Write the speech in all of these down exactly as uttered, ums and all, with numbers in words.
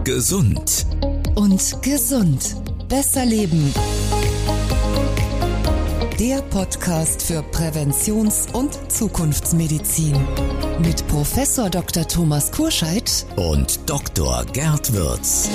Gesund und gesund. Besser leben. Der Podcast für Präventions- und Zukunftsmedizin. Mit Professor Doktor Thomas Kurscheid und Doktor Gerd Wirz.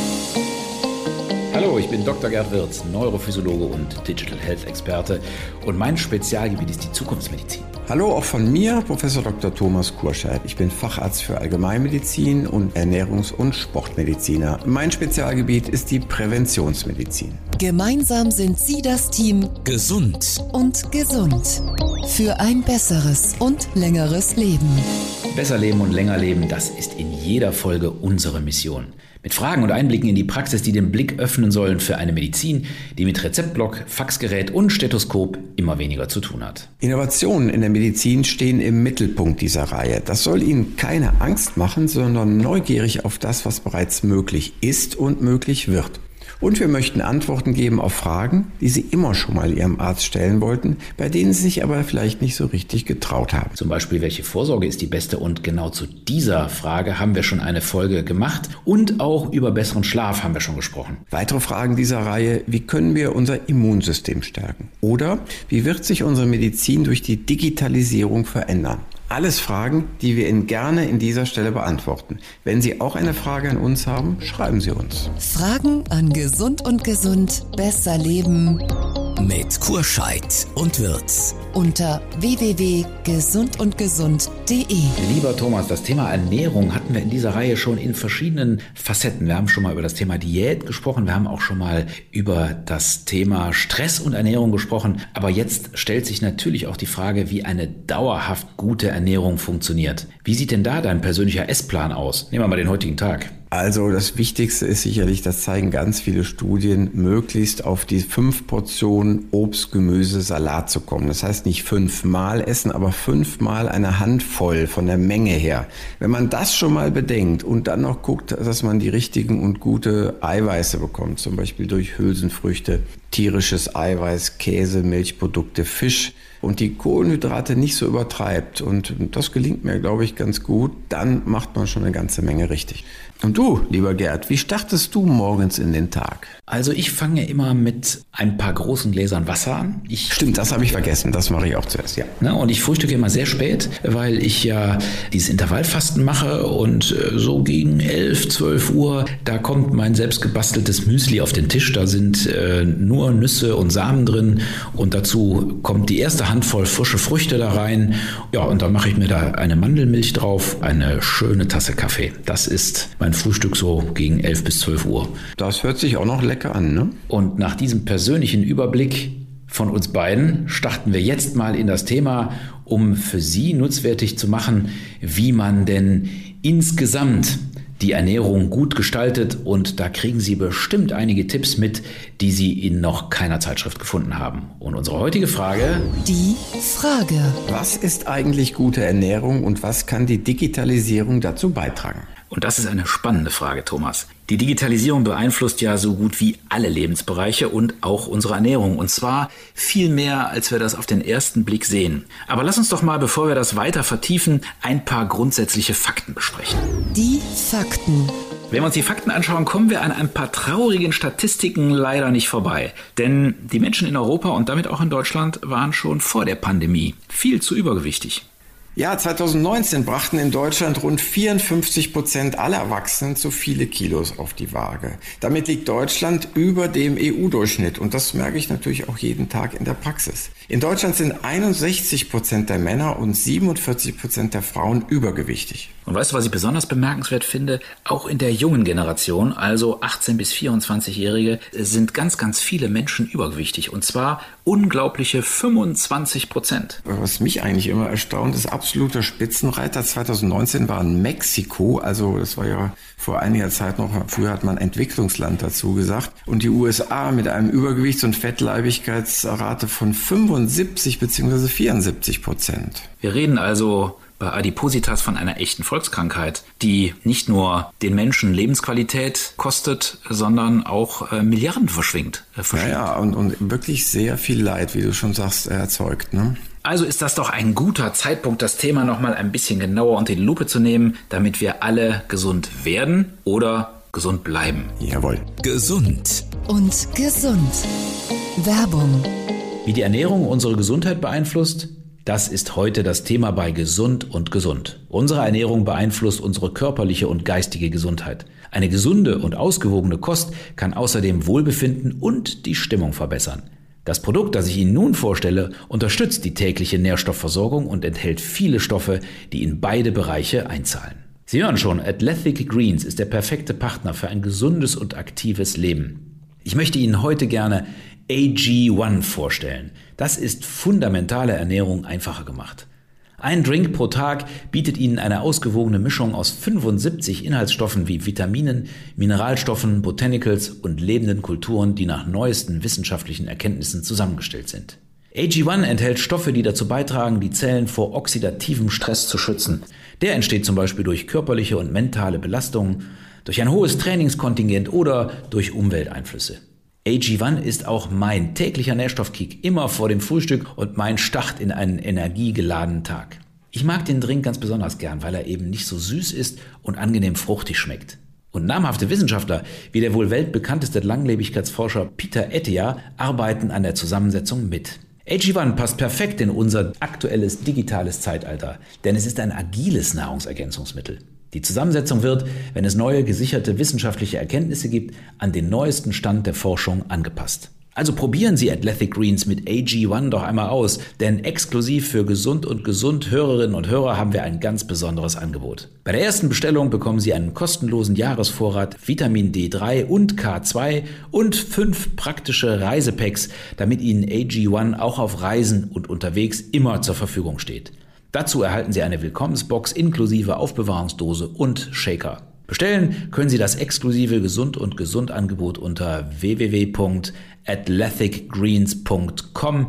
Hallo, ich bin Doktor Gerd Wirz, Neurophysiologe und Digital Health Experte, und mein Spezialgebiet ist die Zukunftsmedizin. Hallo auch von mir, Professor Doktor Thomas Kurscheid. Ich bin Facharzt für Allgemeinmedizin und Ernährungs- und Sportmediziner. Mein Spezialgebiet ist die Präventionsmedizin. Gemeinsam sind Sie das Team Gesund und gesund für ein besseres und längeres Leben. Besser leben und länger leben, das ist in jeder Folge unsere Mission. Mit Fragen und Einblicken in die Praxis, die den Blick öffnen sollen für eine Medizin, die mit Rezeptblock, Faxgerät und Stethoskop immer weniger zu tun hat. Innovationen in der Medizin stehen im Mittelpunkt dieser Reihe. Das soll Ihnen keine Angst machen, sondern neugierig auf das, was bereits möglich ist und möglich wird. Und wir möchten Antworten geben auf Fragen, die Sie immer schon mal Ihrem Arzt stellen wollten, bei denen Sie sich aber vielleicht nicht so richtig getraut haben. Zum Beispiel, welche Vorsorge ist die beste? Und genau zu dieser Frage haben wir schon eine Folge gemacht. Und auch über besseren Schlaf haben wir schon gesprochen. Weitere Fragen dieser Reihe: Wie können wir unser Immunsystem stärken? Oder wie wird sich unsere Medizin durch die Digitalisierung verändern? Alles Fragen, die wir Ihnen gerne in dieser Stelle beantworten. Wenn Sie auch eine Frage an uns haben, schreiben Sie uns. Fragen an Gesund und Gesund. Besser leben. mit Kurscheid und Wirz. Unter w w w punkt gesund und gesund punkt d e. Lieber Thomas, das Thema Ernährung hatten wir in dieser Reihe schon in verschiedenen Facetten. Wir haben schon mal über das Thema Diät gesprochen, wir haben auch schon mal über das Thema Stress und Ernährung gesprochen. Aber jetzt stellt sich natürlich auch die Frage, wie eine dauerhaft gute Ernährung funktioniert. Wie sieht denn da dein persönlicher Essplan aus? Nehmen wir mal den heutigen Tag. Also das Wichtigste ist sicherlich, das zeigen ganz viele Studien, möglichst auf die fünf Portionen Obst, Gemüse, Salat zu kommen. Das heißt nicht fünfmal essen, aber fünfmal eine Handvoll von der Menge her. Wenn man das schon mal bedenkt und dann noch guckt, dass man die richtigen und gute Eiweiße bekommt, zum Beispiel durch Hülsenfrüchte, tierisches Eiweiß, Käse, Milchprodukte, Fisch, und die Kohlenhydrate nicht so übertreibt, und das gelingt mir, glaube ich, ganz gut, dann macht man schon eine ganze Menge richtig. Und du, lieber Gerd, wie startest du morgens in den Tag? Also ich fange immer mit ein paar großen Gläsern Wasser an. Ich Stimmt, das habe ich vergessen, das mache ich auch zuerst, ja. Ne, und ich frühstücke immer sehr spät, weil ich ja dieses Intervallfasten mache, und so gegen elf, zwölf Uhr, da kommt mein selbstgebasteltes Müsli auf den Tisch. Da sind äh, nur Nüsse und Samen drin, und dazu kommt die erste Handvoll frische Früchte da rein. Ja, und dann mache ich mir da eine Mandelmilch drauf, eine schöne Tasse Kaffee. Das ist mein Frühstück so gegen elf bis zwölf Uhr. Das hört sich auch noch lecker an, ne? Und nach diesem persönlichen Überblick von uns beiden starten wir jetzt mal in das Thema, um für Sie nutzwertig zu machen, wie man denn insgesamt die Ernährung gut gestaltet. Und da kriegen Sie bestimmt einige Tipps mit, die Sie in noch keiner Zeitschrift gefunden haben. Und unsere heutige Frage: Die Frage. Was ist eigentlich gute Ernährung und was kann die Digitalisierung dazu beitragen? Und das ist eine spannende Frage, Thomas. Die Digitalisierung beeinflusst ja so gut wie alle Lebensbereiche und auch unsere Ernährung. Und zwar viel mehr, als wir das auf den ersten Blick sehen. Aber lass uns doch mal, bevor wir das weiter vertiefen, ein paar grundsätzliche Fakten besprechen. Die Fakten. Wenn wir uns die Fakten anschauen, kommen wir an ein paar traurigen Statistiken leider nicht vorbei. Denn die Menschen in Europa und damit auch in Deutschland waren schon vor der Pandemie viel zu übergewichtig. Ja, zweitausendneunzehn brachten in Deutschland rund vierundfünfzig Prozent aller Erwachsenen zu viele Kilos auf die Waage. Damit liegt Deutschland über dem E U-Durchschnitt, und das merke ich natürlich auch jeden Tag in der Praxis. In Deutschland sind einundsechzig Prozent der Männer und siebenundvierzig Prozent der Frauen übergewichtig. Und weißt du, was ich besonders bemerkenswert finde? Auch in der jungen Generation, also achtzehn- bis vierundzwanzigjährige, sind ganz, ganz viele Menschen übergewichtig. Und zwar unglaubliche fünfundzwanzig Prozent. Was mich eigentlich immer erstaunt, ist absoluter Spitzenreiter zweitausendneunzehn war in Mexiko. Also das war ja vor einiger Zeit noch, früher hat man Entwicklungsland dazu gesagt. Und die U S A mit einem Übergewichts- und Fettleibigkeitsrate von fünfundsiebzig bzw. vierundsiebzig Prozent. Wir reden also bei Adipositas von einer echten Volkskrankheit, die nicht nur den Menschen Lebensqualität kostet, sondern auch äh, Milliarden verschwingt. Äh, ja, ja, und, und wirklich sehr viel Leid, wie du schon sagst, erzeugt, ne? Also ist das doch ein guter Zeitpunkt, das Thema nochmal ein bisschen genauer unter die Lupe zu nehmen, damit wir alle gesund werden oder gesund bleiben. Jawohl. Gesund und gesund. Werbung. Wie die Ernährung unsere Gesundheit beeinflusst, das ist heute das Thema bei Gesund und Gesund. Unsere Ernährung beeinflusst unsere körperliche und geistige Gesundheit. Eine gesunde und ausgewogene Kost kann außerdem Wohlbefinden und die Stimmung verbessern. Das Produkt, das ich Ihnen nun vorstelle, unterstützt die tägliche Nährstoffversorgung und enthält viele Stoffe, die in beide Bereiche einzahlen. Sie hören schon, Athletic Greens ist der perfekte Partner für ein gesundes und aktives Leben. Ich möchte Ihnen heute gerne A G eins vorstellen. Das ist fundamentale Ernährung einfacher gemacht. Ein Drink pro Tag bietet Ihnen eine ausgewogene Mischung aus fünfundsiebzig Inhaltsstoffen wie Vitaminen, Mineralstoffen, Botanicals und lebenden Kulturen, die nach neuesten wissenschaftlichen Erkenntnissen zusammengestellt sind. A G eins enthält Stoffe, die dazu beitragen, die Zellen vor oxidativem Stress zu schützen. Der entsteht zum Beispiel durch körperliche und mentale Belastungen, durch ein hohes Trainingskontingent oder durch Umwelteinflüsse. A G eins ist auch mein täglicher Nährstoffkick immer vor dem Frühstück und mein Start in einen energiegeladenen Tag. Ich mag den Drink ganz besonders gern, weil er eben nicht so süß ist und angenehm fruchtig schmeckt. Und namhafte Wissenschaftler wie der wohl weltbekannteste Langlebigkeitsforscher Peter Attia arbeiten an der Zusammensetzung mit. A G eins passt perfekt in unser aktuelles digitales Zeitalter, denn es ist ein agiles Nahrungsergänzungsmittel. Die Zusammensetzung wird, wenn es neue gesicherte wissenschaftliche Erkenntnisse gibt, an den neuesten Stand der Forschung angepasst. Also probieren Sie Athletic Greens mit A G eins doch einmal aus, denn exklusiv für Gesund und Gesund Hörerinnen und Hörer haben wir ein ganz besonderes Angebot. Bei der ersten Bestellung bekommen Sie einen kostenlosen Jahresvorrat Vitamin D drei und K zwei und fünf praktische Reisepacks, damit Ihnen A G eins auch auf Reisen und unterwegs immer zur Verfügung steht. Dazu erhalten Sie eine Willkommensbox inklusive Aufbewahrungsdose und Shaker. Bestellen können Sie das exklusive Gesund und Gesund Angebot unter w w w punkt athleticgreens punkt com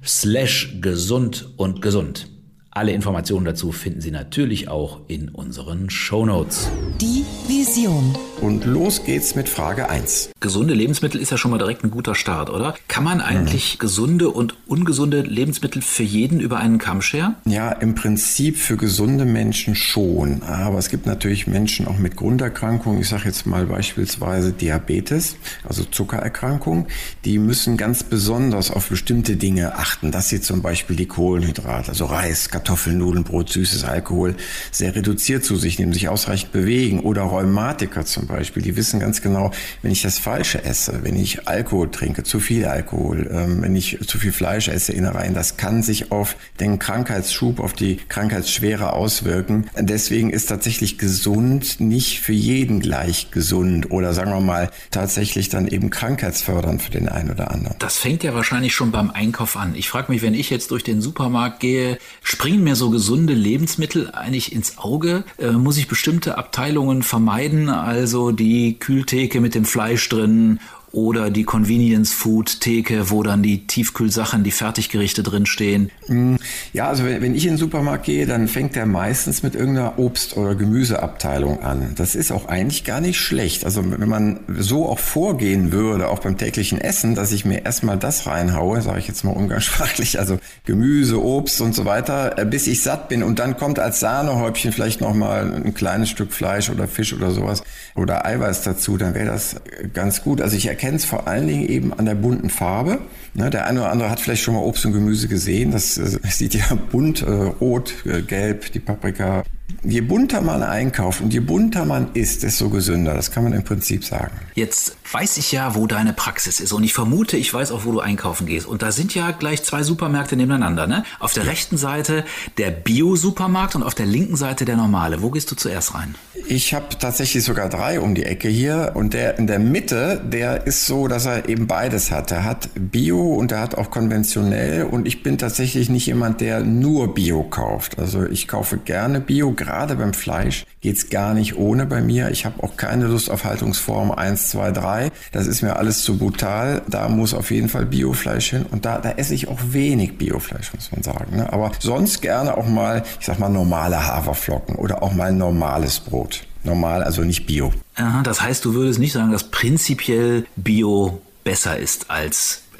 slash gesund und gesund. Alle Informationen dazu finden Sie natürlich auch in unseren Shownotes. Die Vision. Und los geht's mit Frage eins. Gesunde Lebensmittel ist ja schon mal direkt ein guter Start, oder? Kann man eigentlich mhm. gesunde und ungesunde Lebensmittel für jeden über einen Kamm scheren? Ja, im Prinzip für gesunde Menschen schon. Aber es gibt natürlich Menschen auch mit Grunderkrankungen. Ich sage jetzt mal beispielsweise Diabetes, also Zuckererkrankung. Die müssen ganz besonders auf bestimmte Dinge achten, dass sie zum Beispiel die Kohlenhydrate, also Reis, Kartoffeln, Nudeln, Brot, süßes Alkohol sehr reduziert zu sich nehmen, sich ausreichend bewegen. Oder Rheumatiker zum Beispiel, die wissen ganz genau, wenn ich das Falsche esse, wenn ich Alkohol trinke, zu viel Alkohol, ähm, wenn ich zu viel Fleisch esse, Innereien, das kann sich auf den Krankheitsschub, auf die Krankheitsschwere auswirken. Deswegen ist tatsächlich gesund nicht für jeden gleich gesund oder sagen wir mal tatsächlich dann eben krankheitsfördernd für den einen oder anderen. Das fängt ja wahrscheinlich schon beim Einkauf an. Ich frage mich, wenn ich jetzt durch den Supermarkt gehe, springen mir so gesunde Lebensmittel eigentlich ins Auge? Äh, muss ich bestimmte Abteilungen vermeiden, also die Kühltheke mit dem Fleisch drin oder die Convenience-Food-Theke, wo dann die Tiefkühlsachen, die Fertiggerichte drinstehen? Ja, also wenn ich in den Supermarkt gehe, dann fängt der meistens mit irgendeiner Obst- oder Gemüseabteilung an. Das ist auch eigentlich gar nicht schlecht. Also wenn man so auch vorgehen würde, auch beim täglichen Essen, dass ich mir erstmal das reinhaue, sage ich jetzt mal umgangssprachlich, also Gemüse, Obst und so weiter, bis ich satt bin und dann kommt als Sahnehäubchen vielleicht nochmal ein kleines Stück Fleisch oder Fisch oder sowas oder Eiweiß dazu, dann wäre das ganz gut. Also ich erkenne es vor allen Dingen eben an der bunten Farbe. Ne, der eine oder andere hat vielleicht schon mal Obst und Gemüse gesehen. Das, das sieht ja bunt, äh, rot, äh, gelb, die Paprika. Je bunter man einkauft und je bunter man isst, desto gesünder. Das kann man im Prinzip sagen. Jetzt weiß ich ja, wo deine Praxis ist. Und ich vermute, ich weiß auch, wo du einkaufen gehst. Und da sind ja gleich zwei Supermärkte nebeneinander, ne? Auf der rechten Seite der Bio-Supermarkt und auf der linken Seite der normale. Wo gehst du zuerst rein? Ich habe tatsächlich sogar drei um die Ecke hier. Und der in der Mitte, der ist so, dass er eben beides hat. Er hat Bio und er hat auch konventionell. Und ich bin tatsächlich nicht jemand, der nur Bio kauft. Also ich kaufe gerne Bio. Gerade beim Fleisch geht's gar nicht ohne bei mir. Ich habe auch keine Lust auf Haltungsform eins, zwei, drei. Das ist mir alles zu brutal. Da muss auf jeden Fall Biofleisch hin. Und da, da esse ich auch wenig Biofleisch, muss man sagen. Ne? Aber sonst gerne auch mal, ich sag mal, normale Haferflocken oder auch mal normales Brot. Normal, also nicht Bio. Aha, das heißt, du würdest nicht sagen, dass prinzipiell Bio besser ist als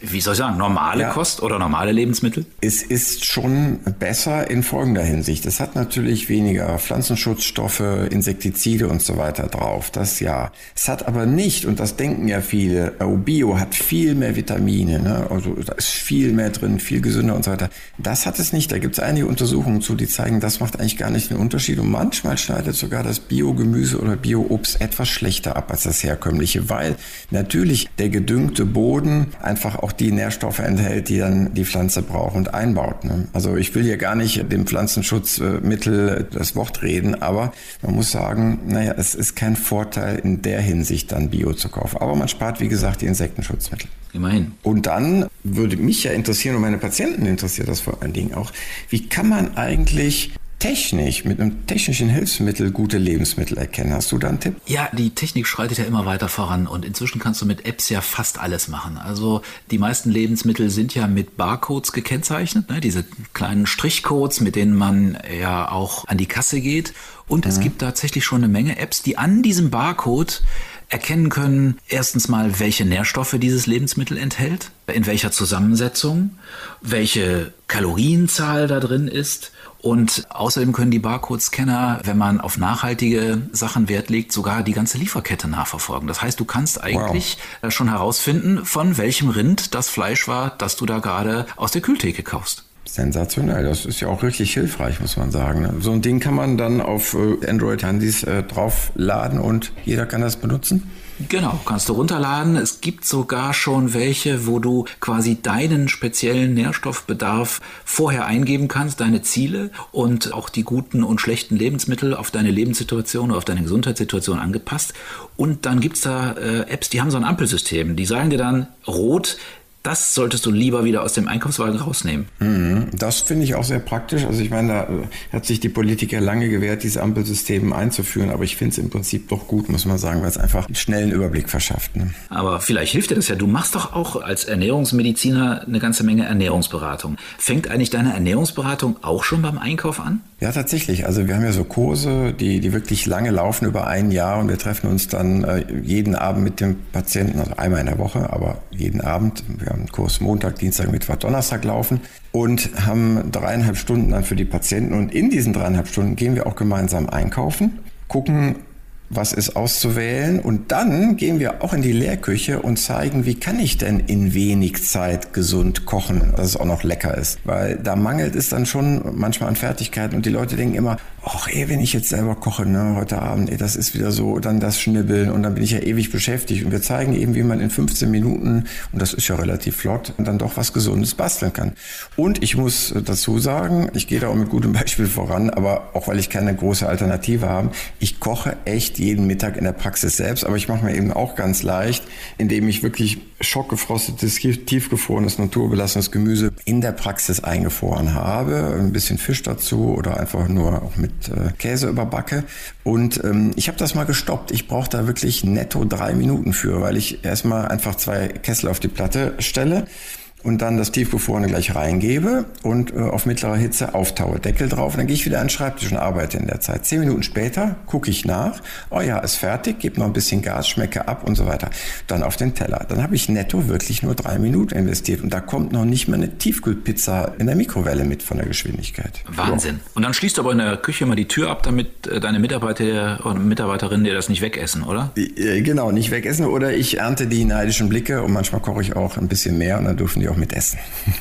wie soll ich sagen, normale ja. Kost oder normale Lebensmittel? Es ist schon besser in folgender Hinsicht. Es hat natürlich weniger Pflanzenschutzstoffe, Insektizide und so weiter drauf, das ja. Es hat aber nicht, und das denken ja viele, oh, Bio hat viel mehr Vitamine, ne? Also da ist viel mehr drin, viel gesünder und so weiter. Das hat es nicht. Da gibt es einige Untersuchungen zu, die zeigen, das macht eigentlich gar nicht den Unterschied. Und manchmal schneidet sogar das Biogemüse oder Bio-Obst etwas schlechter ab als das herkömmliche, weil natürlich der gedüngte Boden einfach auch die Nährstoffe enthält, die dann die Pflanze braucht und einbaut. Ne? Also ich will hier gar nicht dem Pflanzenschutzmittel das Wort reden, aber man muss sagen, naja, es ist kein Vorteil in der Hinsicht dann Bio zu kaufen. Aber man spart, wie gesagt, die Insektenschutzmittel. Immerhin. Und dann würde mich ja interessieren, und meine Patienten interessiert das vor allen Dingen auch, wie kann man eigentlich technisch, mit einem technischen Hilfsmittel gute Lebensmittel erkennen? Hast du da einen Tipp? Ja, die Technik schreitet ja immer weiter voran und inzwischen kannst du mit Apps ja fast alles machen. Also die meisten Lebensmittel sind ja mit Barcodes gekennzeichnet, ne? Diese kleinen Strichcodes, mit denen man ja auch an die Kasse geht. Und mhm. es gibt tatsächlich schon eine Menge Apps, die an diesem Barcode erkennen können, erstens mal, welche Nährstoffe dieses Lebensmittel enthält, in welcher Zusammensetzung, welche Kalorienzahl da drin ist. Und außerdem können die Barcode-Scanner, wenn man auf nachhaltige Sachen Wert legt, sogar die ganze Lieferkette nachverfolgen. Das heißt, du kannst eigentlich wow. schon herausfinden, von welchem Rind das Fleisch war, das du da gerade aus der Kühltheke kaufst. Sensationell, das ist ja auch richtig hilfreich, muss man sagen. So ein Ding kann man dann auf Android-Handys äh, draufladen und jeder kann das benutzen? Genau, kannst du runterladen. Es gibt sogar schon welche, wo du quasi deinen speziellen Nährstoffbedarf vorher eingeben kannst, deine Ziele und auch die guten und schlechten Lebensmittel auf deine Lebenssituation oder auf deine Gesundheitssituation angepasst. Und dann gibt's da äh, Apps, die haben so ein Ampelsystem. Die sagen dir dann, rot, das solltest du lieber wieder aus dem Einkaufswagen rausnehmen. Das finde ich auch sehr praktisch. Also ich meine, da hat sich die Politik ja lange gewehrt, diese Ampelsysteme einzuführen, aber ich finde es im Prinzip doch gut, muss man sagen, weil es einfach einen schnellen Überblick verschafft. Ne? Aber vielleicht hilft dir das ja. Du machst doch auch als Ernährungsmediziner eine ganze Menge Ernährungsberatung. Fängt eigentlich deine Ernährungsberatung auch schon beim Einkauf an? Ja, tatsächlich. Also wir haben ja so Kurse, die, die wirklich lange laufen, über ein Jahr, und wir treffen uns dann äh, jeden Abend mit dem Patienten, also einmal in der Woche, aber jeden Abend. Wir haben einen Kurs Montag, Dienstag, Mittwoch, Donnerstag laufen und haben dreieinhalb Stunden dann für die Patienten. Und in diesen dreieinhalb Stunden gehen wir auch gemeinsam einkaufen, gucken, was ist auszuwählen, und dann gehen wir auch in die Lehrküche und zeigen, wie kann ich denn in wenig Zeit gesund kochen, dass es auch noch lecker ist. Weil da mangelt es dann schon manchmal an Fertigkeiten und die Leute denken immer, ach ey, wenn ich jetzt selber koche, ne, heute Abend, ey, das ist wieder so, dann das Schnibbeln und dann bin ich ja ewig beschäftigt. Und wir zeigen eben, wie man in fünfzehn Minuten, und das ist ja relativ flott, dann doch was Gesundes basteln kann. Und ich muss dazu sagen, ich gehe da auch mit gutem Beispiel voran, aber auch weil ich keine große Alternative habe, ich koche echt jeden Mittag in der Praxis selbst, aber ich mache mir eben auch ganz leicht, indem ich wirklich schockgefrostetes, tiefgefrorenes, naturbelassenes Gemüse in der Praxis eingefroren habe, ein bisschen Fisch dazu oder einfach nur auch mit äh, Käse überbacke. Und ähm, ich habe das mal gestoppt. Ich brauche da wirklich netto drei Minuten für, weil ich erstmal einfach zwei Kessel auf die Platte stelle und dann das Tiefgefrorene gleich reingebe und äh, auf mittlerer Hitze auftaue, Deckel drauf, und dann gehe ich wieder an den Schreibtisch und arbeite in der Zeit. Zehn Minuten später gucke ich nach, oh ja, ist fertig, gebe noch ein bisschen Gas, schmecke ab und so weiter. Dann auf den Teller. Dann habe ich netto wirklich nur drei Minuten investiert und da kommt noch nicht mal eine Tiefkühlpizza in der Mikrowelle mit von der Geschwindigkeit. Wahnsinn. Ja. Und dann schließt du aber in der Küche mal die Tür ab, damit äh, deine Mitarbeiter oder Mitarbeiterinnen dir das nicht wegessen, oder? Äh, genau, nicht wegessen, oder ich ernte die neidischen Blicke und manchmal koche ich auch ein bisschen mehr und dann dürfen die auch mit essen.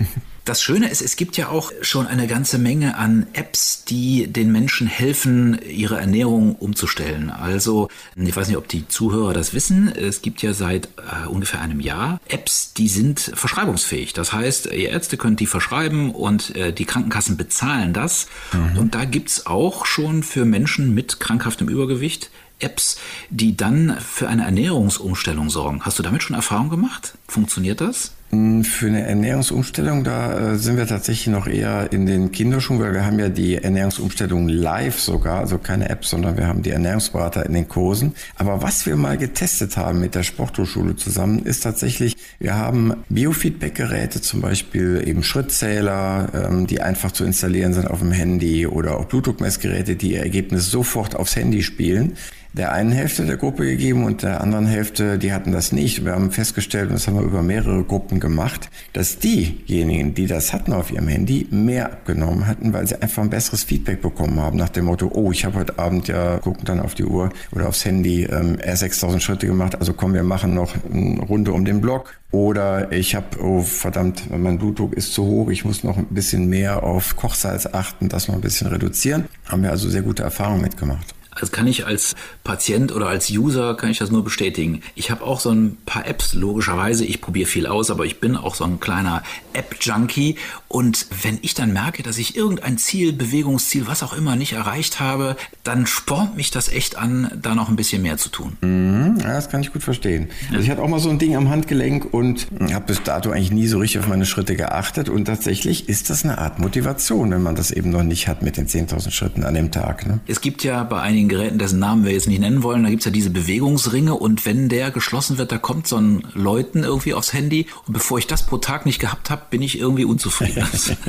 Das Schöne ist, es gibt ja auch schon eine ganze Menge an Apps, die den Menschen helfen, ihre Ernährung umzustellen. Also, ich weiß nicht, ob die Zuhörer das wissen, es gibt ja seit äh, ungefähr einem Jahr Apps, die sind verschreibungsfähig. Das heißt, ihr Ärzte könnt die verschreiben und äh, die Krankenkassen bezahlen das. Mhm. Und da gibt's auch schon für Menschen mit krankhaftem Übergewicht Apps, die dann für eine Ernährungsumstellung sorgen. Hast du damit schon Erfahrung gemacht? Funktioniert das? Für eine Ernährungsumstellung, da sind wir tatsächlich noch eher in den Kinderschuhen, weil wir haben ja die Ernährungsumstellung live sogar, also keine App, sondern wir haben die Ernährungsberater in den Kursen. Aber was wir mal getestet haben mit der Sporthochschule zusammen, ist tatsächlich, wir haben Biofeedback-Geräte, zum Beispiel eben Schrittzähler, die einfach zu installieren sind auf dem Handy, oder auch Blutdruckmessgeräte, die ihr Ergebnis sofort aufs Handy spielen. Der einen Hälfte der Gruppe gegeben und der anderen Hälfte, die hatten das nicht. Wir haben festgestellt, und das haben wir über mehrere Gruppen gemacht, dass diejenigen, die das hatten auf ihrem Handy, mehr abgenommen hatten, weil sie einfach ein besseres Feedback bekommen haben nach dem Motto, oh, ich habe heute Abend ja, gucken dann auf die Uhr oder aufs Handy, ähm, erst sechstausend Schritte gemacht, also komm, wir machen noch eine Runde um den Block. Oder ich habe, oh verdammt, mein Blutdruck ist zu hoch, ich muss noch ein bisschen mehr auf Kochsalz achten, das noch ein bisschen reduzieren. Haben wir also sehr gute Erfahrungen mitgemacht. Also kann ich als Patient oder als User, kann ich das nur bestätigen. Ich habe auch so ein paar Apps, logischerweise, ich probiere viel aus, aber ich bin auch so ein kleiner App-Junkie. Und wenn ich dann merke, dass ich irgendein Ziel, Bewegungsziel, was auch immer nicht erreicht habe, dann spornt mich das echt an, da noch ein bisschen mehr zu tun. Mhm, ja, das kann ich gut verstehen. Also ich hatte auch mal so ein Ding am Handgelenk und habe bis dato eigentlich nie so richtig auf meine Schritte geachtet. Und tatsächlich ist das eine Art Motivation, wenn man das eben noch nicht hat mit den zehntausend Schritten an dem Tag. Ne? Es gibt ja bei einigen Geräten, dessen Namen wir jetzt nicht nennen wollen, da gibt es ja diese Bewegungsringe und wenn der geschlossen wird, da kommt so ein Läuten irgendwie aufs Handy und bevor ich das pro Tag nicht gehabt habe, bin ich irgendwie unzufrieden.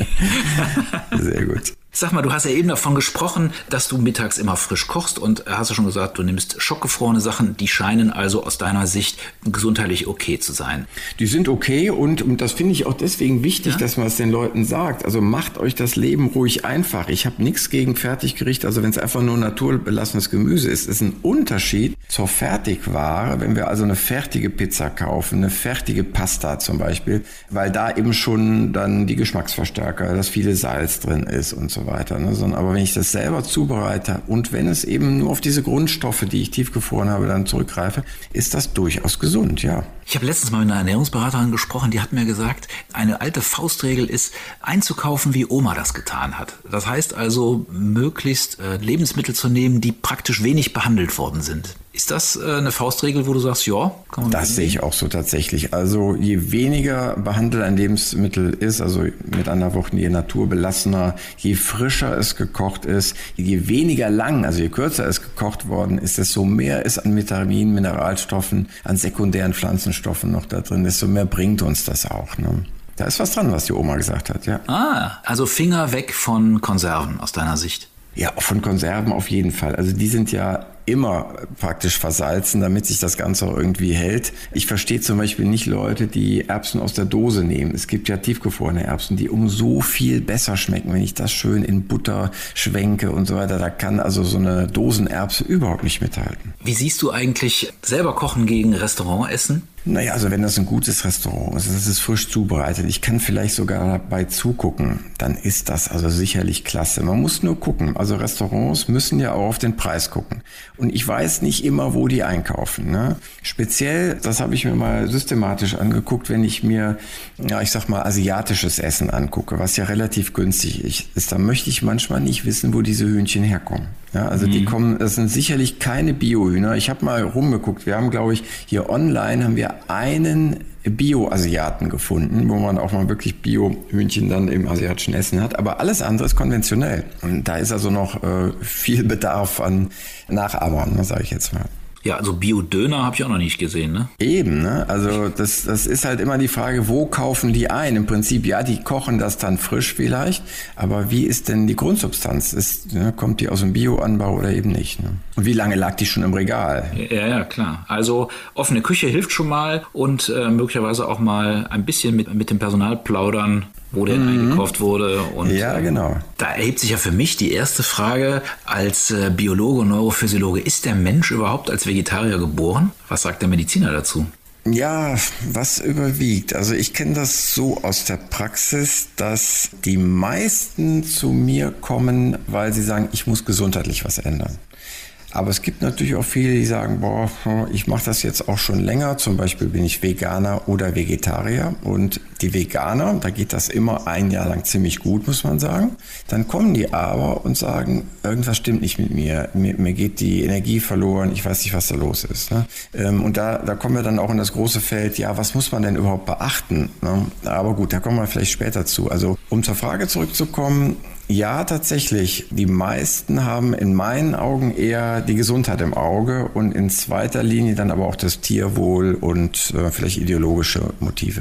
Sehr gut. Sag mal, du hast ja eben davon gesprochen, dass du mittags immer frisch kochst und hast ja schon gesagt, du nimmst schockgefrorene Sachen, die scheinen also aus deiner Sicht gesundheitlich okay zu sein. Die sind okay und, und das finde ich auch deswegen wichtig, ja? dass man es den Leuten sagt. Also macht euch das Leben ruhig einfach. Ich habe nichts gegen Fertiggericht, also wenn es einfach nur naturbelassenes Gemüse ist, ist ein Unterschied zur Fertigware, wenn wir also eine fertige Pizza kaufen, eine fertige Pasta zum Beispiel, weil da eben schon dann die Geschmacksverstärker, das viele Salz drin ist und so weiter. Ne? Sondern, aber wenn ich das selber zubereite und wenn es eben nur auf diese Grundstoffe, die ich tiefgefroren habe, dann zurückgreife, ist das durchaus gesund, ja. Ich habe letztens mal mit einer Ernährungsberaterin gesprochen, die hat mir gesagt, eine alte Faustregel ist, einzukaufen, wie Oma das getan hat. Das heißt also, möglichst äh, Lebensmittel zu nehmen, die praktisch wenig behandelt worden sind. Ist das äh, eine Faustregel, wo du sagst, ja? Kann man das sehe ich auch so tatsächlich. Also je weniger behandelt ein Lebensmittel ist, also mit anderen Worten, je naturbelassener, je frischer es gekocht ist, je weniger lang, also je kürzer es gekocht worden ist, desto mehr ist an Vitaminen, Mineralstoffen, an sekundären Pflanzenstoffen noch da drin, desto mehr bringt uns das auch. Ne? Da ist was dran, was die Oma gesagt hat, ja. Ah, also Finger weg von Konserven aus deiner Sicht. Ja, von Konserven auf jeden Fall. Also die sind ja immer praktisch versalzen, damit sich das Ganze auch irgendwie hält. Ich verstehe zum Beispiel nicht Leute, die Erbsen aus der Dose nehmen. Es gibt ja tiefgefrorene Erbsen, die um so viel besser schmecken, wenn ich das schön in Butter schwenke und so weiter. Da kann also so eine Dosenerbse überhaupt nicht mithalten. Wie siehst du eigentlich selber Kochen gegen Restaurantessen? Naja, also wenn das ein gutes Restaurant ist, das ist frisch zubereitet, ich kann vielleicht sogar dabei zugucken, dann ist das also sicherlich klasse. Man muss nur gucken. Also Restaurants müssen ja auch auf den Preis gucken. Und ich weiß nicht immer, wo die einkaufen. Ne? Speziell, das habe ich mir mal systematisch angeguckt, wenn ich mir, ja, ich sag mal, asiatisches Essen angucke, was ja relativ günstig ist, dann möchte ich manchmal nicht wissen, wo diese Hühnchen herkommen. Ja, also mhm. die kommen, das sind sicherlich keine Biohühner. Ich habe mal rumgeguckt. Wir haben, glaube ich, hier online haben wir einen Bio-Asiaten gefunden, wo man auch mal wirklich Bio-Hühnchen dann im asiatischen Essen hat. Aber alles andere ist konventionell. Und da ist also noch äh, viel Bedarf an Nachahmern, ne, sage ich jetzt mal. Ja, also Bio-Döner habe ich auch noch nicht gesehen, ne? Eben, ne? Also das, das ist halt immer die Frage, wo kaufen die ein? Im Prinzip, ja, die kochen das dann frisch vielleicht, aber wie ist denn die Grundsubstanz? Ist, ne, kommt die aus dem Bio-Anbau oder eben nicht? Ne? Und wie lange lag die schon im Regal? Ja, ja, klar. Also offene Küche hilft schon mal und äh, möglicherweise auch mal ein bisschen mit, mit dem Personal plaudern, wo der mhm. eingekauft wurde. Und, ja, genau. Da erhebt sich ja für mich die erste Frage als äh, Biologe und Neurophysiologe, ist der Mensch überhaupt als Vegetarier geboren? Was sagt der Mediziner dazu? Ja, was überwiegt? Also ich kenne das so aus der Praxis, dass die meisten zu mir kommen, weil sie sagen, ich muss gesundheitlich was ändern. Aber es gibt natürlich auch viele, die sagen, boah, ich mache das jetzt auch schon länger. Zum Beispiel bin ich Veganer oder Vegetarier. Und die Veganer, da geht das immer ein Jahr lang ziemlich gut, muss man sagen. Dann kommen die aber und sagen, irgendwas stimmt nicht mit mir. Mir, mir geht die Energie verloren. Ich weiß nicht, was da los ist. Ne? Und da, da kommen wir dann auch in das große Feld, ja, was muss man denn überhaupt beachten? Ne? Aber gut, da kommen wir vielleicht später zu. Also, um zur Frage zurückzukommen, ja, tatsächlich. Die meisten haben in meinen Augen eher die Gesundheit im Auge und in zweiter Linie dann aber auch das Tierwohl und äh, vielleicht ideologische Motive.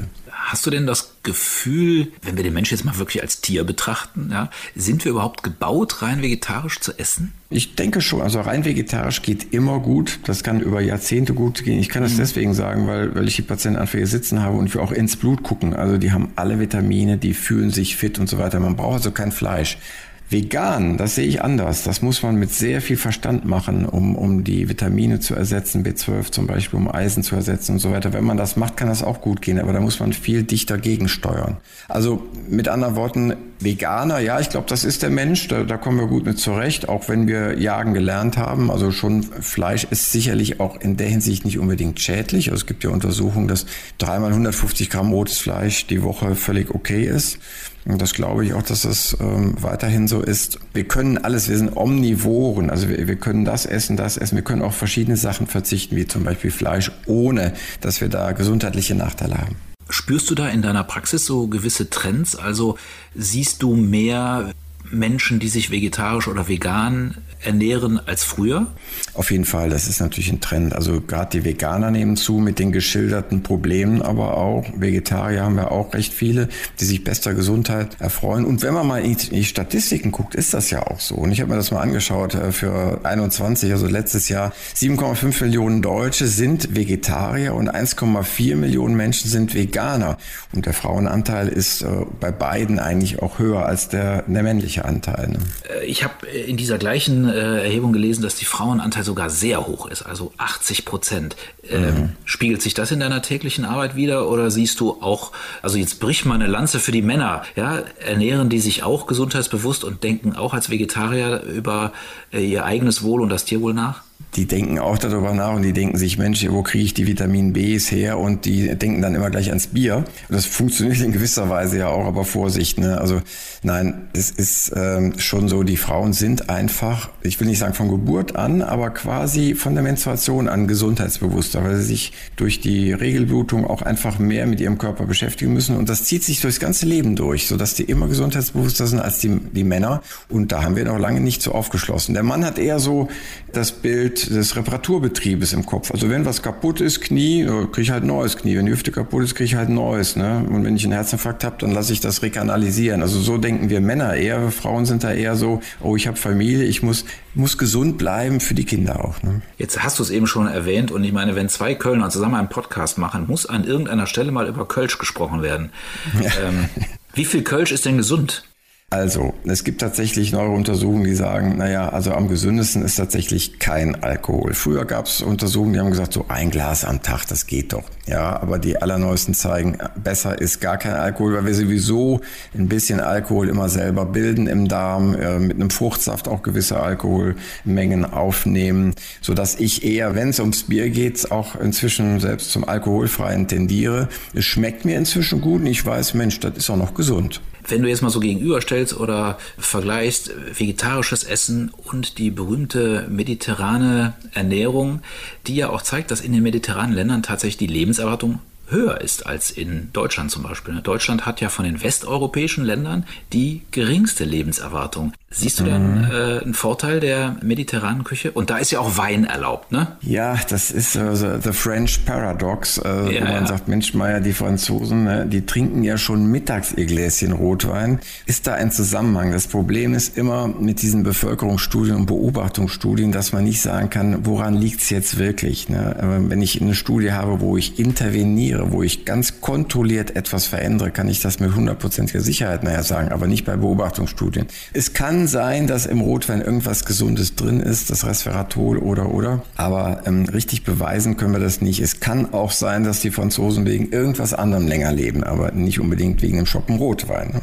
Hast du denn das Gefühl, wenn wir den Menschen jetzt mal wirklich als Tier betrachten, ja, sind wir überhaupt gebaut, rein vegetarisch zu essen? Ich denke schon, also rein vegetarisch geht immer gut. Das kann über Jahrzehnte gut gehen. Ich kann das mhm. deswegen sagen, weil, weil ich die Patienten einfach hier sitzen habe und wir auch ins Blut gucken. Also die haben alle Vitamine, die fühlen sich fit und so weiter. Man braucht also kein Fleisch. Vegan, das sehe ich anders. Das muss man mit sehr viel Verstand machen, um, um die Vitamine zu ersetzen, B zwölf zum Beispiel, um Eisen zu ersetzen und so weiter. Wenn man das macht, kann das auch gut gehen, aber da muss man viel dichter gegensteuern. Also mit anderen Worten, Veganer, ja, ich glaube, das ist der Mensch, da, da kommen wir gut mit zurecht, auch wenn wir jagen gelernt haben. Also schon Fleisch ist sicherlich auch in der Hinsicht nicht unbedingt schädlich. Also es gibt ja Untersuchungen, dass dreimal hundertfünfzig Gramm rotes Fleisch die Woche völlig okay ist. Und das glaube ich auch, dass das ähm, weiterhin so ist. Wir können alles, wir sind Omnivoren, also wir, wir können das essen, das essen. Wir können auf verschiedene Sachen verzichten, wie zum Beispiel Fleisch, ohne dass wir da gesundheitliche Nachteile haben. Spürst du da in deiner Praxis so gewisse Trends? Also siehst du mehr Menschen, die sich vegetarisch oder vegan ernähren als früher? Auf jeden Fall, das ist natürlich ein Trend. Also gerade die Veganer nehmen zu mit den geschilderten Problemen, aber auch Vegetarier haben wir auch recht viele, die sich bester Gesundheit erfreuen. Und wenn man mal in die Statistiken guckt, ist das ja auch so. Und ich habe mir das mal angeschaut für einundzwanzig, also letztes Jahr, sieben Komma fünf Millionen Deutsche sind Vegetarier und eins Komma vier Millionen Menschen sind Veganer. Und der Frauenanteil ist bei beiden eigentlich auch höher als der, der männliche Anteil. Ne? Ich habe in dieser gleichen Erhebung gelesen, dass die Frauenanteil sogar sehr hoch ist, also achtzig Prozent. Ähm, mhm. Spiegelt sich das in deiner täglichen Arbeit wieder oder siehst du auch, also jetzt bricht mal eine Lanze für die Männer, ja, ernähren die sich auch gesundheitsbewusst und denken auch als Vegetarier über äh, ihr eigenes Wohl und das Tierwohl nach? Die denken auch darüber nach und die denken sich, Mensch, wo kriege ich die Vitamin B's her? Und die denken dann immer gleich ans Bier. Das funktioniert in gewisser Weise ja auch, aber Vorsicht, ne? Also nein, es ist ähm, schon so, die Frauen sind einfach, ich will nicht sagen von Geburt an, aber quasi von der Menstruation an gesundheitsbewusster, weil sie sich durch die Regelblutung auch einfach mehr mit ihrem Körper beschäftigen müssen. Und das zieht sich durchs ganze Leben durch, sodass die immer gesundheitsbewusster sind als die, die Männer. Und da haben wir noch lange nicht so aufgeschlossen. Der Mann hat eher so das Bild des Reparaturbetriebes im Kopf. Also wenn was kaputt ist, Knie, kriege ich halt ein neues Knie. Wenn die Hüfte kaputt ist, kriege ich halt ein neues. Ne? Und wenn ich einen Herzinfarkt habe, dann lasse ich das rekanalisieren. Also so denken wir Männer eher. Frauen sind da eher so, oh, ich habe Familie, ich muss, muss gesund bleiben für die Kinder auch. Ne? Jetzt hast du es eben schon erwähnt und ich meine, wenn zwei Kölner zusammen einen Podcast machen, muss an irgendeiner Stelle mal über Kölsch gesprochen werden. Ja. Ähm, wie viel Kölsch ist denn gesund? Also, es gibt tatsächlich neue Untersuchungen, die sagen, naja, also am gesündesten ist tatsächlich kein Alkohol. Früher gab es Untersuchungen, die haben gesagt, so ein Glas am Tag, das geht doch. Ja, aber die allerneuesten zeigen, besser ist gar kein Alkohol, weil wir sowieso ein bisschen Alkohol immer selber bilden im Darm, äh, mit einem Fruchtsaft auch gewisse Alkoholmengen aufnehmen, sodass ich eher, wenn es ums Bier geht, auch inzwischen selbst zum Alkoholfreien tendiere. Es schmeckt mir inzwischen gut und ich weiß, Mensch, das ist auch noch gesund. Wenn du jetzt mal so gegenüberstellst oder vergleichst vegetarisches Essen und die berühmte mediterrane Ernährung, die ja auch zeigt, dass in den mediterranen Ländern tatsächlich die Lebenserwartung höher ist als in Deutschland zum Beispiel. Deutschland hat ja von den westeuropäischen Ländern die geringste Lebenserwartung. Siehst du denn äh, einen Vorteil der mediterranen Küche? Und da ist ja auch Wein erlaubt, ne? Ja, das ist äh, the, the French Paradox, äh, ja, wo man ja. sagt, Mensch, Meier, die Franzosen, ne, die trinken ja schon mittags ihr Gläschen Rotwein. Ist da ein Zusammenhang? Das Problem ist immer mit diesen Bevölkerungsstudien und Beobachtungsstudien, dass man nicht sagen kann, woran liegt's jetzt wirklich? Ne? Wenn ich eine Studie habe, wo ich interveniere, wo ich ganz kontrolliert etwas verändere, kann ich das mit hundertprozentiger Sicherheit nachher sagen, aber nicht bei Beobachtungsstudien. Es kann sein, dass im Rotwein irgendwas Gesundes drin ist, das Resveratrol oder oder, aber ähm, richtig beweisen können wir das nicht. Es kann auch sein, dass die Franzosen wegen irgendwas anderem länger leben, aber nicht unbedingt wegen dem Schoppen Rotwein.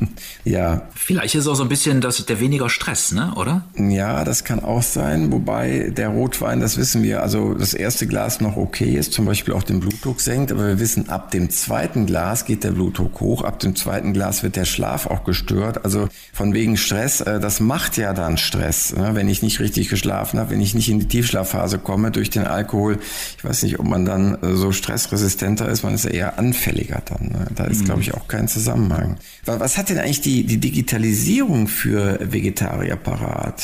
Ja. Vielleicht ist es auch so ein bisschen das, der weniger Stress, ne, oder? Ja, das kann auch sein, wobei der Rotwein, das wissen wir, also das erste Glas noch okay ist, zum Beispiel auch den Blutdruck senkt, aber wir wissen, ab dem zweiten Glas geht der Blutdruck hoch, ab dem zweiten Glas wird der Schlaf auch gestört, also von wegen Stress, das macht ja dann Stress, wenn ich nicht richtig geschlafen habe, wenn ich nicht in die Tiefschlafphase komme durch den Alkohol. Ich weiß nicht, ob man dann so stressresistenter ist, man ist ja eher anfälliger dann. Da ist, mhm. glaube ich, auch kein Zusammenhang. Was hat denn eigentlich die, die Digitalisierung für Vegetarier parat?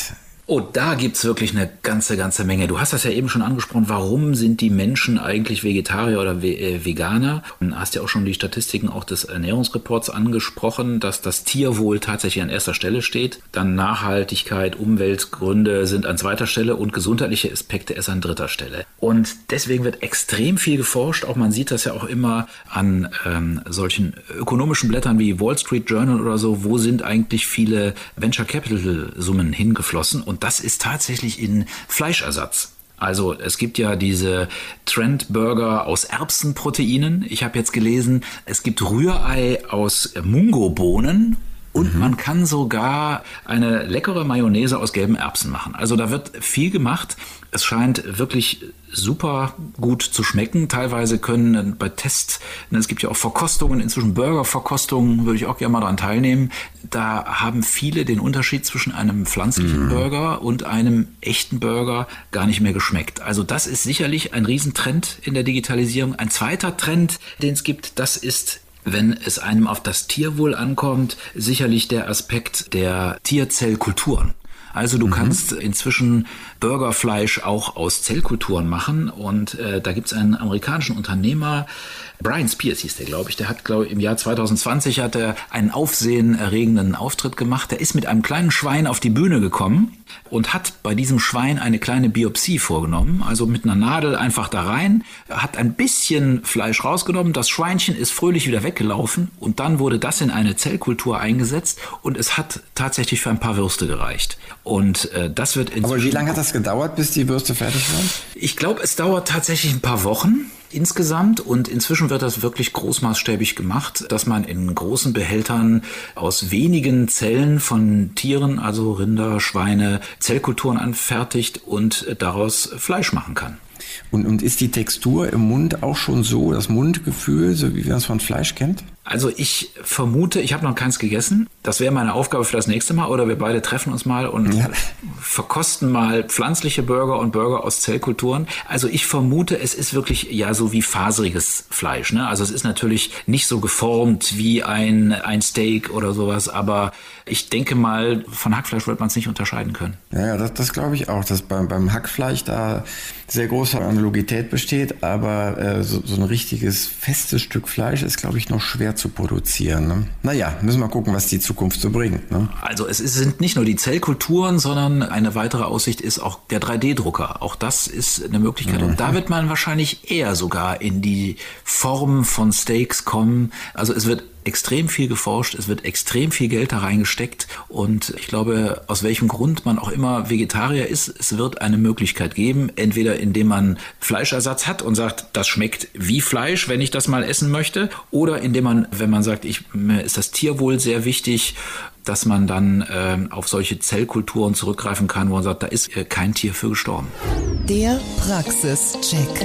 Oh, da gibt's wirklich eine ganze, ganze Menge. Du hast das ja eben schon angesprochen. Warum sind die Menschen eigentlich Vegetarier oder Veganer? Und hast ja auch schon die Statistiken auch des Ernährungsreports angesprochen, dass das Tierwohl tatsächlich an erster Stelle steht. Dann Nachhaltigkeit, Umweltgründe sind an zweiter Stelle und gesundheitliche Aspekte erst an dritter Stelle. Und deswegen wird extrem viel geforscht. Auch man sieht das ja auch immer an ähm, solchen ökonomischen Blättern wie Wall Street Journal oder so. Wo sind eigentlich viele Venture Capital Summen hingeflossen? Und das ist tatsächlich in Fleischersatz. Also es gibt ja diese Trend-Burger aus Erbsenproteinen. Ich habe jetzt gelesen, es gibt Rührei aus Mungobohnen. Und mhm. man kann sogar eine leckere Mayonnaise aus gelben Erbsen machen. Also da wird viel gemacht. Es scheint wirklich super gut zu schmecken. Teilweise können bei Tests, es gibt ja auch Verkostungen, inzwischen Burger-Verkostungen, würde ich auch gerne mal daran teilnehmen. Da haben viele den Unterschied zwischen einem pflanzlichen mhm. Burger und einem echten Burger gar nicht mehr geschmeckt. Also das ist sicherlich ein Riesentrend in der Digitalisierung. Ein zweiter Trend, den es gibt, das ist, wenn es einem auf das Tierwohl ankommt, sicherlich der Aspekt der Tierzellkulturen. Also du mhm. kannst inzwischen Burgerfleisch auch aus Zellkulturen machen und äh, da gibt's einen amerikanischen Unternehmer, Brian Spears hieß der, glaube ich. Der hat, glaube ich, im Jahr zwanzig zwanzig hat er einen aufsehenerregenden Auftritt gemacht. Der ist mit einem kleinen Schwein auf die Bühne gekommen und hat bei diesem Schwein eine kleine Biopsie vorgenommen. Also mit einer Nadel einfach da rein, hat ein bisschen Fleisch rausgenommen. Das Schweinchen ist fröhlich wieder weggelaufen und dann wurde das in eine Zellkultur eingesetzt und es hat tatsächlich für ein paar Würste gereicht. Und äh, das wird inzwischen... Aber wie lange hat das gedauert, bis die Würste fertig waren? Ich glaube, es dauert tatsächlich ein paar Wochen insgesamt und inzwischen wird das wirklich großmaßstäbig gemacht, dass man in großen Behältern aus wenigen Zellen von Tieren, also Rinder, Schweine, Zellkulturen anfertigt und daraus Fleisch machen kann. Und, und ist die Textur im Mund auch schon so, das Mundgefühl, so wie man es von Fleisch kennt? Also ich vermute, ich habe noch keins gegessen. Das wäre meine Aufgabe für das nächste Mal. Oder wir beide treffen uns mal und ja. verkosten mal pflanzliche Burger und Burger aus Zellkulturen. Also ich vermute, es ist wirklich ja so wie faseriges Fleisch. Ne? Also es ist natürlich nicht so geformt wie ein, ein Steak oder sowas. Aber ich denke mal, von Hackfleisch wird man es nicht unterscheiden können. Ja, ja das, das glaube ich auch, dass beim, beim Hackfleisch da sehr große Analogität besteht. Aber äh, so, so ein richtiges festes Stück Fleisch ist, glaube ich, noch schwer zu produzieren. Ne? Naja, müssen wir gucken, was die Zukunft so bringt. Ne? Also es ist, sind nicht nur die Zellkulturen, sondern eine weitere Aussicht ist auch der drei D Drucker. Auch das ist eine Möglichkeit. Mhm. Und da wird man wahrscheinlich eher sogar in die Form von Steaks kommen. Also es wird extrem viel geforscht, es wird extrem viel Geld da reingesteckt und ich glaube, aus welchem Grund man auch immer Vegetarier ist, es wird eine Möglichkeit geben, entweder indem man Fleischersatz hat und sagt, das schmeckt wie Fleisch, wenn ich das mal essen möchte, oder indem man, wenn man sagt, ich, mir ist das Tierwohl sehr wichtig, dass man dann äh, auf solche Zellkulturen zurückgreifen kann, wo man sagt, da ist äh, kein Tier für gestorben. Der Praxischeck.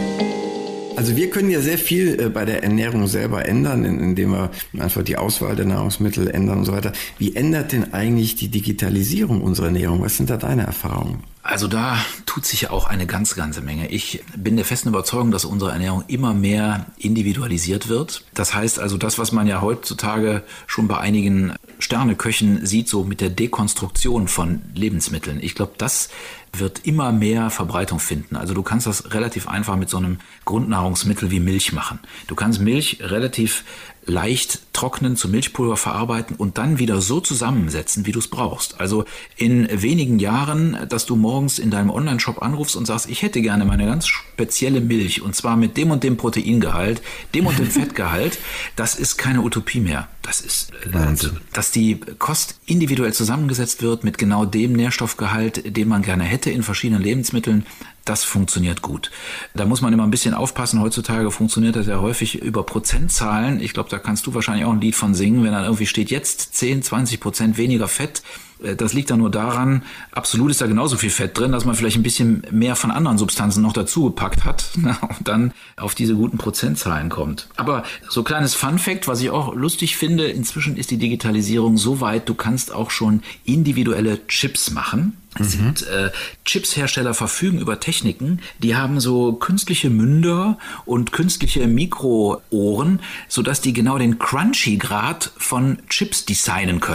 Also wir können ja sehr viel äh, bei der Ernährung selber ändern, in, indem wir einfach die Auswahl der Nahrungsmittel ändern und so weiter. Wie ändert denn eigentlich die Digitalisierung unsere Ernährung? Was sind da deine Erfahrungen? Also da tut sich ja auch eine ganz, ganze Menge. Ich bin der festen Überzeugung, dass unsere Ernährung immer mehr individualisiert wird. Das heißt also, das, was man ja heutzutage schon bei einigen Sterneköchen sieht, so mit der Dekonstruktion von Lebensmitteln. Ich glaube, das wird immer mehr Verbreitung finden. Also du kannst das relativ einfach mit so einem Grundnahrungsmittel wie Milch machen. Du kannst Milch relativ leicht trocknen, zu Milchpulver verarbeiten und dann wieder so zusammensetzen, wie du es brauchst. Also in wenigen Jahren, dass du morgens in deinem Online-Shop anrufst und sagst, ich hätte gerne meine ganz spezielle Milch und zwar mit dem und dem Proteingehalt, dem und dem Fettgehalt, das ist keine Utopie mehr. Das ist, Wahnsinn. Dass die Kost individuell zusammengesetzt wird mit genau dem Nährstoffgehalt, den man gerne hätte in verschiedenen Lebensmitteln. Das funktioniert gut. Da muss man immer ein bisschen aufpassen. Heutzutage funktioniert das ja häufig über Prozentzahlen. Ich glaube, da kannst du wahrscheinlich auch ein Lied von singen, wenn dann irgendwie steht, jetzt zehn, zwanzig Prozent weniger Fett. Das liegt dann nur daran, absolut ist da genauso viel Fett drin, dass man vielleicht ein bisschen mehr von anderen Substanzen noch dazu gepackt hat und dann auf diese guten Prozentzahlen kommt. Aber so kleines Funfact, was ich auch lustig finde, inzwischen ist die Digitalisierung so weit, du kannst auch schon individuelle Chips machen. Es mhm. sind äh, Chipshersteller verfügen über Techniken, die haben so künstliche Münder und künstliche Mikroohren, sodass die genau den Crunchy-Grad von Chips designen können.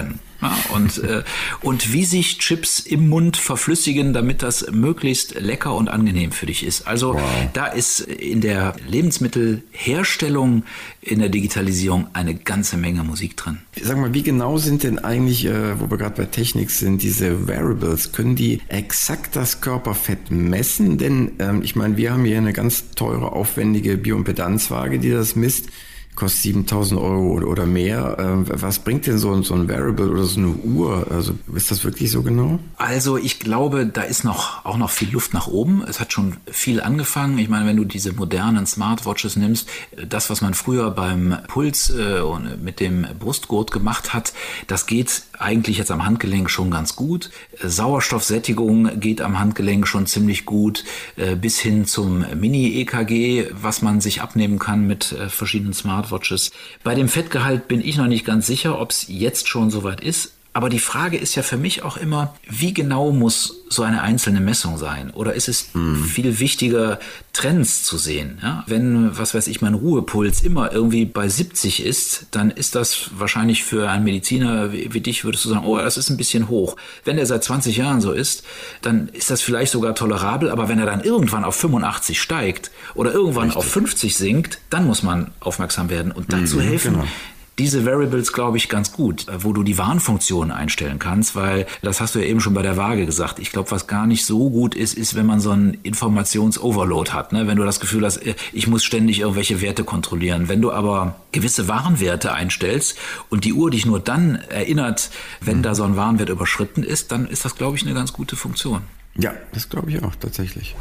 Ja, und, äh, und wie sich Chips im Mund verflüssigen, damit das möglichst lecker und angenehm für dich ist. Also wow. Da ist in der Lebensmittelherstellung, in der Digitalisierung eine ganze Menge Musik drin. Sag mal, wie genau sind denn eigentlich, äh, wo wir gerade bei Technik sind, diese Wearables? Können die exakt das Körperfett messen? Denn ähm, ich meine, wir haben hier eine ganz teure, aufwendige Bioimpedanzwaage, die das misst. Kostet siebentausend Euro oder mehr. Was bringt denn so ein, so ein Wearable oder so eine Uhr? Also ist das wirklich so genau? Also ich glaube, da ist noch auch noch viel Luft nach oben. Es hat schon viel angefangen. Ich meine, wenn du diese modernen Smartwatches nimmst, das, was man früher beim Puls äh, und mit dem Brustgurt gemacht hat, das geht eigentlich jetzt am Handgelenk schon ganz gut. Sauerstoffsättigung geht am Handgelenk schon ziemlich gut, äh, bis hin zum Mini-E K G, was man sich abnehmen kann mit äh, verschiedenen Smartwatches. Bei dem Fettgehalt bin ich noch nicht ganz sicher, ob es jetzt schon soweit ist. Aber die Frage ist ja für mich auch immer, wie genau muss so eine einzelne Messung sein? Oder ist es hm. viel wichtiger, Trends zu sehen? Ja? Wenn, was weiß ich, mein Ruhepuls immer irgendwie bei siebzig ist, dann ist das wahrscheinlich für einen Mediziner wie, wie dich, würdest du sagen, oh, das ist ein bisschen hoch. Wenn der seit zwanzig Jahren so ist, dann ist das vielleicht sogar tolerabel. Aber wenn er dann irgendwann auf fünfundachtzig steigt oder irgendwann Richtig. auf fünfzig sinkt, dann muss man aufmerksam werden und dazu hm, helfen. Genau. Diese Variables, glaube ich, ganz gut, wo du die Warnfunktion einstellen kannst, weil das hast du ja eben schon bei der Waage gesagt. Ich glaube, was gar nicht so gut ist, ist, wenn man so einen Informations-Overload hat. Ne? Wenn du das Gefühl hast, ich muss ständig irgendwelche Werte kontrollieren. Wenn du aber gewisse Warnwerte einstellst und die Uhr dich nur dann erinnert, wenn mhm. da so ein Warnwert überschritten ist, dann ist das, glaube ich, eine ganz gute Funktion. Ja, das glaube ich auch tatsächlich.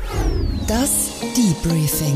Das Debriefing.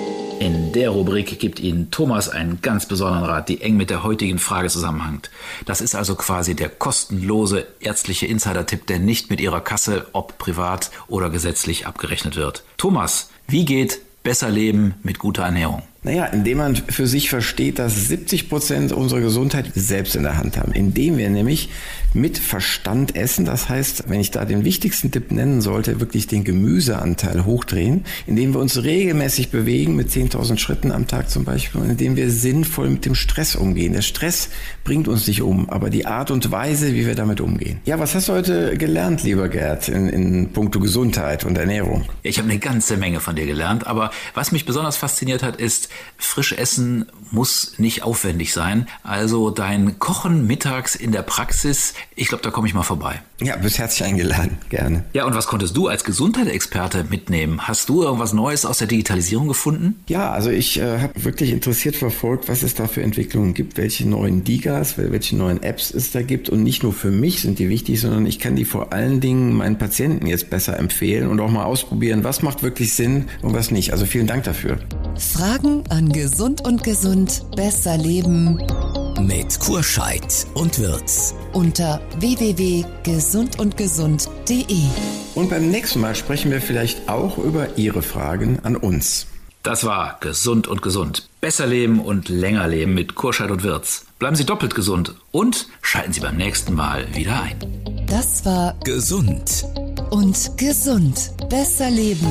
In der Rubrik gibt Ihnen Thomas einen ganz besonderen Rat, die eng mit der heutigen Frage zusammenhängt. Das ist also quasi der kostenlose ärztliche Insider-Tipp, der nicht mit Ihrer Kasse, ob privat oder gesetzlich, abgerechnet wird. Thomas, wie geht besser leben mit guter Ernährung? Naja, indem man für sich versteht, dass siebzig Prozent unserer Gesundheit selbst in der Hand haben. Indem wir nämlich mit Verstand essen. Das heißt, wenn ich da den wichtigsten Tipp nennen sollte, wirklich den Gemüseanteil hochdrehen. Indem wir uns regelmäßig bewegen, mit zehntausend Schritten am Tag zum Beispiel. Und indem wir sinnvoll mit dem Stress umgehen. Der Stress bringt uns nicht um, aber die Art und Weise, wie wir damit umgehen. Ja, was hast du heute gelernt, lieber Gerd, in, in puncto Gesundheit und Ernährung? Ich habe eine ganze Menge von dir gelernt. Aber was mich besonders fasziniert hat, ist, frisch essen muss nicht aufwendig sein. Also dein Kochen mittags in der Praxis, ich glaube, da komme ich mal vorbei. Ja, bist herzlich eingeladen, gerne. Ja, und was konntest du als Gesundheitsexperte mitnehmen? Hast du irgendwas Neues aus der Digitalisierung gefunden? Ja, also ich äh, habe wirklich interessiert verfolgt, was es da für Entwicklungen gibt, welche neuen Digas, welche neuen Apps es da gibt. Und nicht nur für mich sind die wichtig, sondern ich kann die vor allen Dingen meinen Patienten jetzt besser empfehlen und auch mal ausprobieren, was macht wirklich Sinn und was nicht. Also vielen Dank dafür. Fragen an Gesund und Gesund besser leben mit Kurscheid und Wirtz unter w w w punkt gesund und gesund punkt d e. Und beim nächsten Mal sprechen wir vielleicht auch über Ihre Fragen an uns. Das war Gesund und Gesund. Besser leben und länger leben mit Kurscheid und Wirtz. Bleiben Sie doppelt gesund und schalten Sie beim nächsten Mal wieder ein. Das war Gesund und Gesund besser leben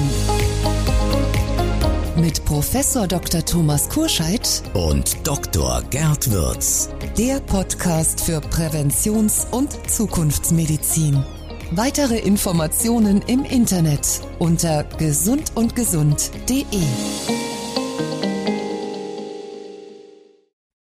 mit Professor Doktor Thomas Kurscheid und Doktor Gerd Wirtz. Der Podcast für Präventions- und Zukunftsmedizin. Weitere Informationen im Internet unter gesund und gesund punkt d e.